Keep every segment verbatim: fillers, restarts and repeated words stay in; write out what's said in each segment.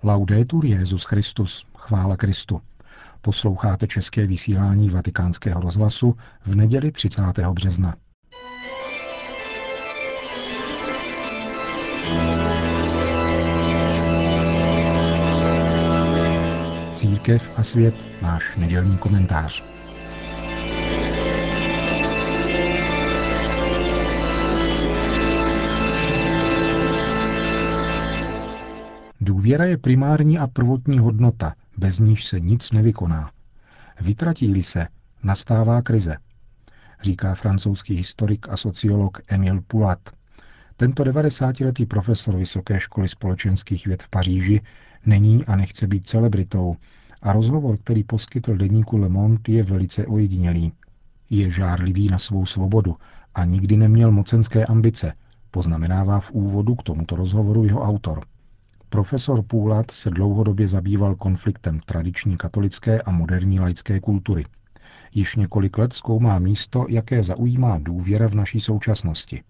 Laudetur Jesus Christus, chvála Kristu. Posloucháte české vysílání Vatikánského rozhlasu v neděli třicátého března. Církev a svět, náš nedělní komentář. Důvěra je primární a prvotní hodnota, bez níž se nic nevykoná. Vytratí-li se, nastává krize, říká francouzský historik a sociolog Émile Poulat. Tento devadesátiletý profesor Vysoké školy společenských věd v Paříži není a nechce být celebritou a rozhovor, který poskytl deníku Le Monde, je velice ojedinělý. Je žárlivý na svou svobodu a nikdy neměl mocenské ambice, poznamenává v úvodu k tomuto rozhovoru jeho autor. Profesor Poulat se dlouhodobě zabýval konfliktem tradiční katolické a moderní laické kultury. Již několik let zkoumá místo, jaké zaujímá důvěra v naší současnosti.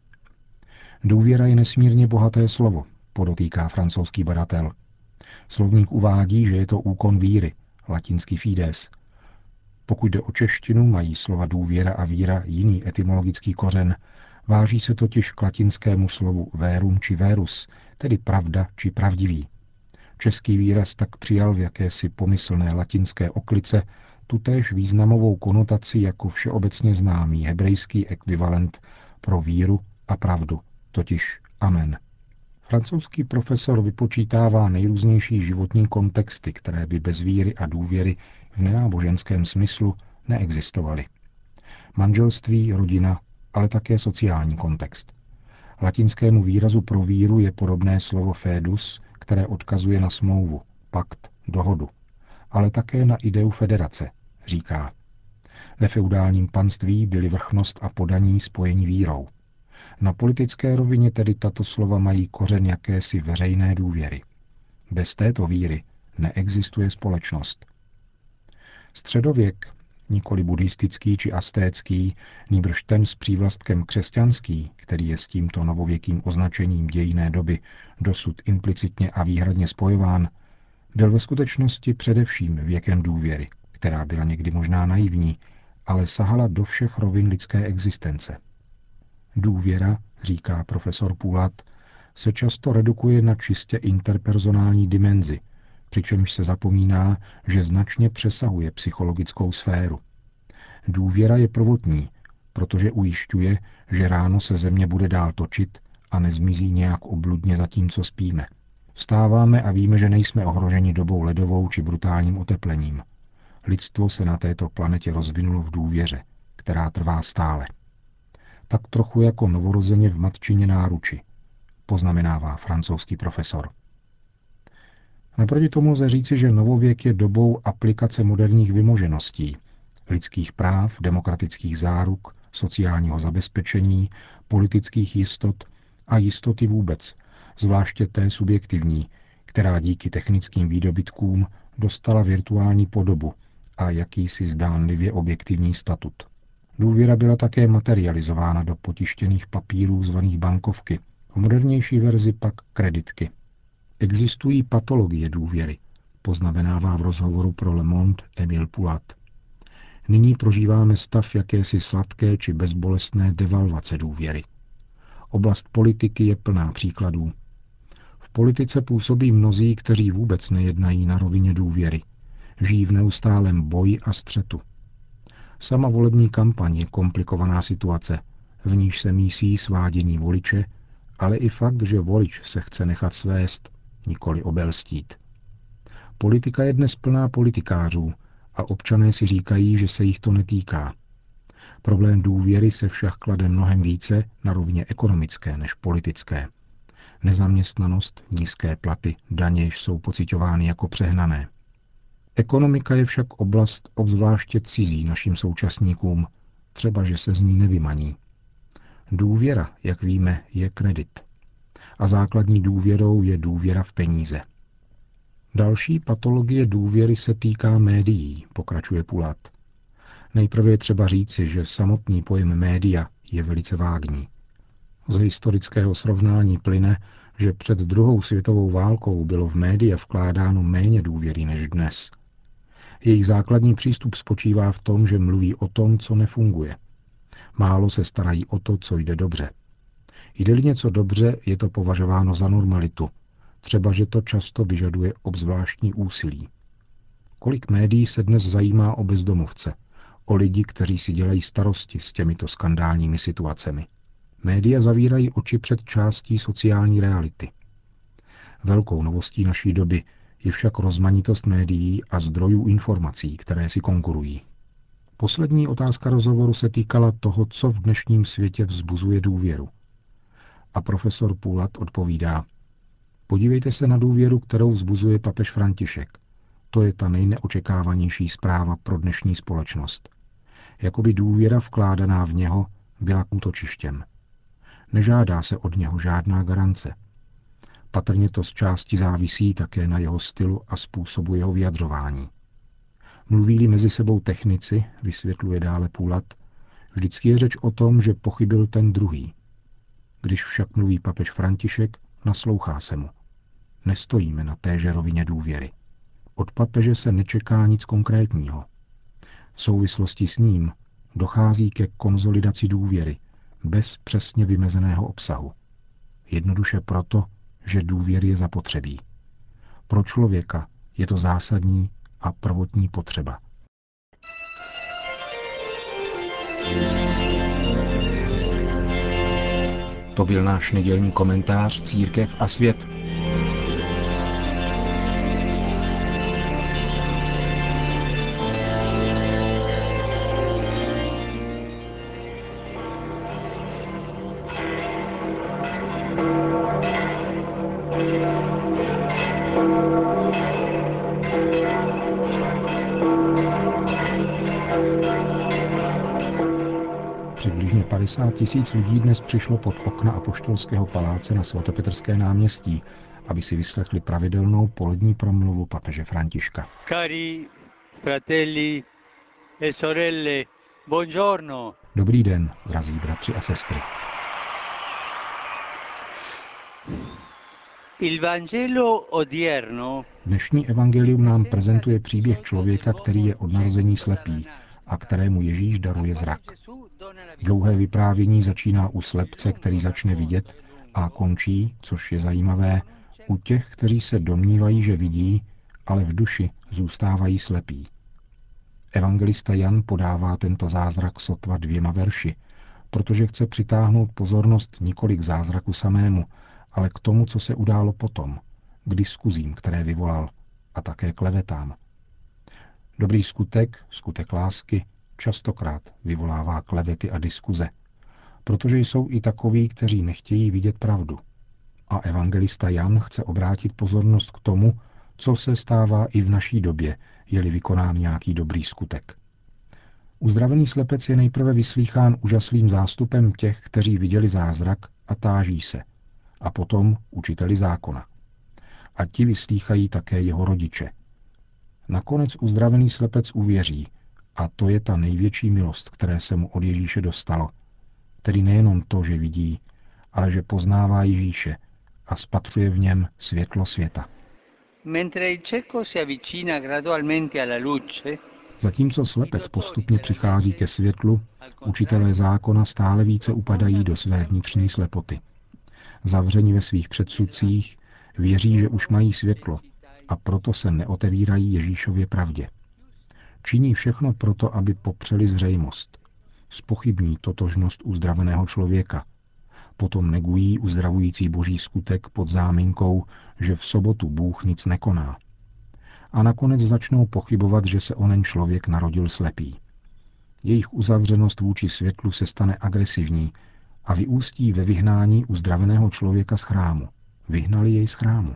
Důvěra je nesmírně bohaté slovo, podotýká francouzský badatel. Slovník uvádí, že je to úkon víry, latinský fides. Pokud jde o češtinu, mají slova důvěra a víra jiný etymologický kořen. Váží se totiž k latinskému slovu verum či verus, tedy pravda či pravdivý. Český výraz tak přijal v jakési pomyslné latinské oklice tutéž významovou konotaci jako všeobecně známý hebrejský ekvivalent pro víru a pravdu, totiž amen. Francouzský profesor vypočítává nejrůznější životní kontexty, které by bez víry a důvěry v nenáboženském smyslu neexistovaly. Manželství, rodina, ale také sociální kontext. Latinskému výrazu pro víru je podobné slovo fidus, které odkazuje na smlouvu, pakt, dohodu, ale také na ideu federace, říká. Ve feudálním panství byly vrchnost a podaní spojení vírou. Na politické rovině tedy tato slova mají kořen jakési veřejné důvěry. Bez této víry neexistuje společnost. Středověk, nikoli buddhistický či astécký, nýbrž ten s přívlastkem křesťanský, který je s tímto novověkým označením dějinné doby dosud implicitně a výhradně spojován, byl ve skutečnosti především věkem důvěry, která byla někdy možná naivní, ale sahala do všech rovin lidské existence. Důvěra, říká profesor Poulat, se často redukuje na čistě interpersonální dimenzi, přičemž se zapomíná, že značně přesahuje psychologickou sféru. Důvěra je prvotní, protože ujišťuje, že ráno se země bude dál točit a nezmizí nějak obludně zatímco spíme. Vstáváme a víme, že nejsme ohroženi dobou ledovou či brutálním oteplením. Lidstvo se na této planetě rozvinulo v důvěře, která trvá stále. Tak trochu jako novorozeně v matčině náruči, poznamenává francouzský profesor. Naproti tomu lze říci, že novověk je dobou aplikace moderních vymožeností, lidských práv, demokratických záruk, sociálního zabezpečení, politických jistot a jistoty vůbec, zvláště té subjektivní, která díky technickým výdobytkům dostala virtuální podobu a jakýsi zdánlivě objektivní statut. Důvěra byla také materializována do potištěných papírů zvaných bankovky, v modernější verzi pak kreditky. Existují patologie důvěry, poznamenává v rozhovoru pro Le Monde Émile Poulat. Nyní prožíváme stav jakési sladké či bezbolestné devalvace důvěry. Oblast politiky je plná příkladů. V politice působí mnozí, kteří vůbec nejednají na rovině důvěry. Žijí v neustálém boji a střetu. Sama volební kampaň je komplikovaná situace, v níž se mísí svádění voliče, ale i fakt, že volič se chce nechat svést, nikoli obelstít. Politika je dnes plná politikářů a občané si říkají, že se jich to netýká. Problém důvěry se však klade mnohem více na rovině ekonomické než politické. Nezaměstnanost, nízké platy, daně jsou pociťovány jako přehnané. Ekonomika je však oblast obzvláště cizí našim současníkům, třeba že se z ní nevymaní. Důvěra, jak víme, je kredit. A základní důvěrou je důvěra v peníze. Další patologie důvěry se týká médií, pokračuje Poulat. Nejprve je třeba říci, že samotný pojem média je velice vágní. Z historického srovnání plyne, že před druhou světovou válkou bylo v média vkládáno méně důvěry než dnes. Jejich základní přístup spočívá v tom, že mluví o tom, co nefunguje. Málo se starají o to, co jde dobře. Jde-li něco dobře, je to považováno za normalitu, třeba že to často vyžaduje obzvláštní úsilí. Kolik médií se dnes zajímá o bezdomovce, o lidi, kteří si dělají starosti s těmito skandálními situacemi. Média zavírají oči před částí sociální reality. Velkou novostí naší doby je však rozmanitost médií a zdrojů informací, které si konkurují. Poslední otázka rozhovoru se týkala toho, co v dnešním světě vzbuzuje důvěru. A profesor Poulat odpovídá: podívejte se na důvěru, kterou vzbuzuje papež František. To je ta nejneočekávanější zpráva pro dnešní společnost. Jakoby důvěra vkládaná v něho byla útočištěm. Nežádá se od něho žádná garance. Patrně to z části závisí také na jeho stylu a způsobu jeho vyjadřování. Mluví-li mezi sebou technici, vysvětluje dále Poulat, vždycky je řeč o tom, že pochybil ten druhý. Když však mluví papež František, naslouchá se mu. Nestojíme na téže rovině důvěry. Od papeže se nečeká nic konkrétního. V souvislosti s ním dochází ke konzolidaci důvěry, bez přesně vymezeného obsahu. Jednoduše proto, že důvěry je zapotřebí. Pro člověka je to zásadní a prvotní potřeba. To byl náš nedělní komentář Církev a svět. Přibližně padesát tisíc lidí dnes přišlo pod okna Apoštolského paláce na svatopetrské náměstí, aby si vyslechli pravidelnou polední promluvu papeže Františka. Cari fratelli e sorelle, buongiorno. Dobrý den, drazí bratři a sestry. Il Vangelo odierno. Dnešní evangelium nám prezentuje příběh člověka, který je od narození slepý a kterému Ježíš daruje zrak. Dlouhé vyprávění začíná u slepce, který začne vidět, a končí, což je zajímavé, u těch, kteří se domnívají, že vidí, ale v duši zůstávají slepí. Evangelista Jan podává tento zázrak sotva dvěma verši, protože chce přitáhnout pozornost nikoli k zázraku samému, ale k tomu, co se událo potom, k diskuzím, které vyvolal, a také klevetám. Dobrý skutek, skutek lásky, častokrát vyvolává klevety a diskuze, protože jsou i takoví, kteří nechtějí vidět pravdu. A evangelista Jan chce obrátit pozornost k tomu, co se stává i v naší době, je-li vykonán nějaký dobrý skutek. Uzdravený slepec je nejprve vyslýchán úžaslým zástupem těch, kteří viděli zázrak a táží se, a potom učiteli zákona. A ti vyslýchají také jeho rodiče. Nakonec uzdravený slepec uvěří, a to je ta největší milost, které se mu od Ježíše dostalo. Tedy nejenom to, že vidí, ale že poznává Ježíše a spatřuje v něm světlo světa. Zatímco slepec postupně přichází ke světlu, učitelé zákona stále více upadají do své vnitřní slepoty. Zavřeni ve svých předsudcích, věří, že už mají světlo, a proto se neotevírají Ježíšově pravdě. Činí všechno proto, aby popřeli zřejmost. Zpochybní totožnost uzdraveného člověka. Potom negují uzdravující boží skutek pod záminkou, že v sobotu Bůh nic nekoná. A nakonec začnou pochybovat, že se onen člověk narodil slepý. Jejich uzavřenost vůči světlu se stane agresivní a vyústí ve vyhnání uzdraveného člověka z chrámu. Vyhnali jej z chrámu.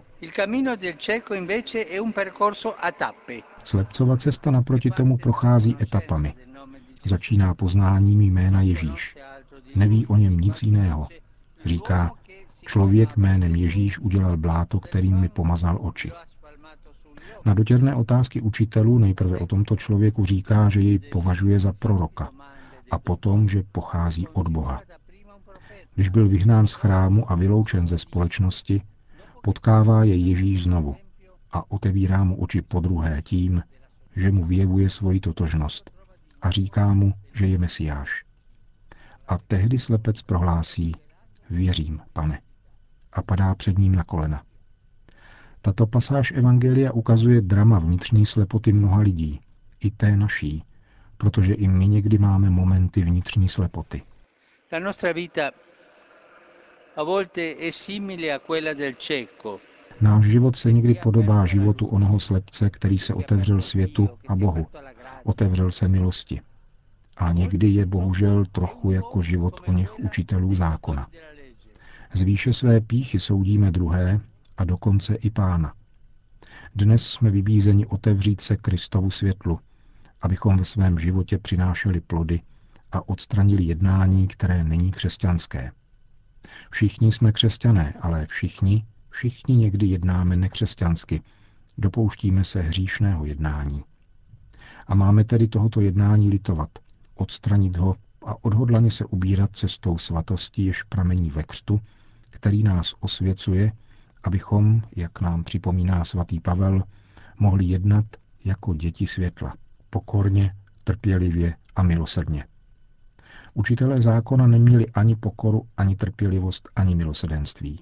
Slepcova cesta naproti tomu prochází etapami. Začíná poznáním jména Ježíš. Neví o něm nic jiného. Říká, člověk jménem Ježíš udělal bláto, kterým mi pomazal oči. Na dotěrné otázky učitelů nejprve o tomto člověku říká, že jej považuje za proroka a potom, že pochází od Boha. Když byl vyhnán z chrámu a vyloučen ze společnosti, Potkává je Ježíš znovu a otevírá mu oči podruhé tím, že mu vyjevuje svoji totožnost a říká mu, že je Mesiáš. A tehdy slepec prohlásí: Věřím, Pane, a padá před ním na kolena. Tato pasáž evangelia ukazuje drama vnitřní slepoty mnoha lidí, i té naší, protože i my někdy máme momenty vnitřní slepoty. La nostra vita a volte è simile a quella del cieco. Náš život se někdy podobá životu onoho slepce, který se otevřel světu a Bohu, otevřel se milosti. A někdy je bohužel trochu jako život oněch učitelů zákona. Z výše své pýchy soudíme druhé a dokonce i Pána. Dnes jsme vybízeni otevřít se Kristovu světlu, abychom ve svém životě přinášeli plody a odstranili jednání, které není křesťanské. Všichni jsme křesťané, ale všichni, všichni někdy jednáme nekřesťansky, dopouštíme se hříšného jednání. A máme tedy tohoto jednání litovat, odstranit ho a odhodlaně se ubírat cestou svatosti, jež pramení ve křtu, který nás osvěcuje, abychom, jak nám připomíná svatý Pavel, mohli jednat jako děti světla, pokorně, trpělivě a milosrdně. Učitelé zákona neměli ani pokoru, ani trpělivost, ani milosrdenství.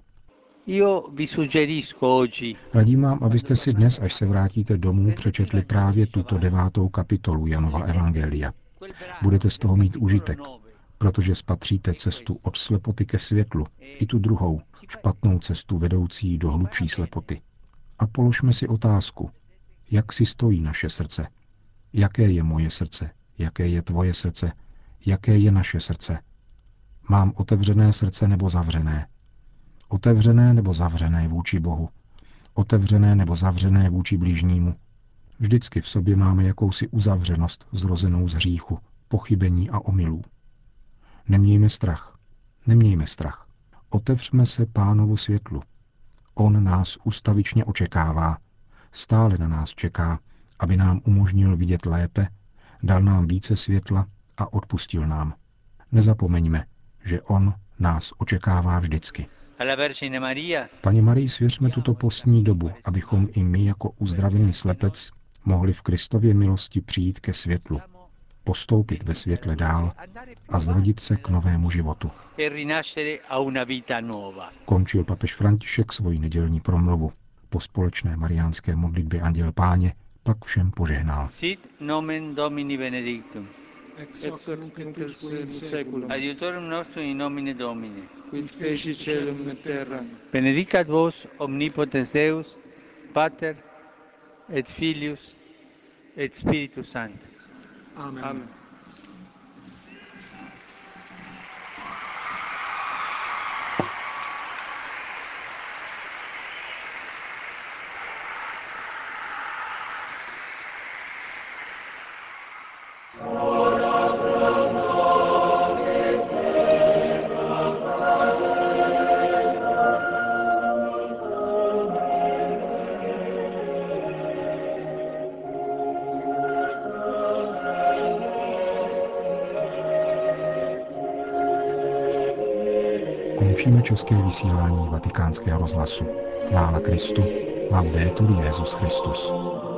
Radím vám, abyste si dnes, až se vrátíte domů, přečetli právě tuto devátou kapitolu Janova evangelia. Budete z toho mít užitek, protože spatříte cestu od slepoty ke světlu, i tu druhou, špatnou cestu vedoucí do hlubší slepoty. A položme si otázku, jak si stojí naše srdce? Jaké je moje srdce? Jaké je tvoje srdce? Jaké je naše srdce? Mám otevřené srdce nebo zavřené? Otevřené nebo zavřené vůči Bohu? Otevřené nebo zavřené vůči bližnímu? Vždycky v sobě máme jakousi uzavřenost zrozenou z hříchu, pochybení a omylů. Nemějme strach. Nemějme strach. Otevřme se Pánovu světlu. On nás ustavičně očekává. Stále na nás čeká, aby nám umožnil vidět lépe, dal nám více světla a odpustil nám. Nezapomeňme, že on nás očekává vždycky. Paně Marii svěřme tuto postní dobu, abychom i my jako uzdravený slepec mohli v Kristově milosti přijít ke světlu, postoupit ve světle dál a zrodit se k novému životu. Končil papež František svoji nedělní promluvu. Po společné mariánské modlitbě Anděl Páně pak všem požehnal. Sit nomen Domini benedictum. Ex hoc nunc et usque in seculum. Adiutorium nostrum in nomine Domini. Quid feci caelum et terram. Benedicat vos omnipotens Deus, Pater et Filius et Spiritus Sanctus. Amen. Amen. Končíme české vysílání Vatikánského rozhlasu. Chvála Kristu. Laudetur Jesus Christus.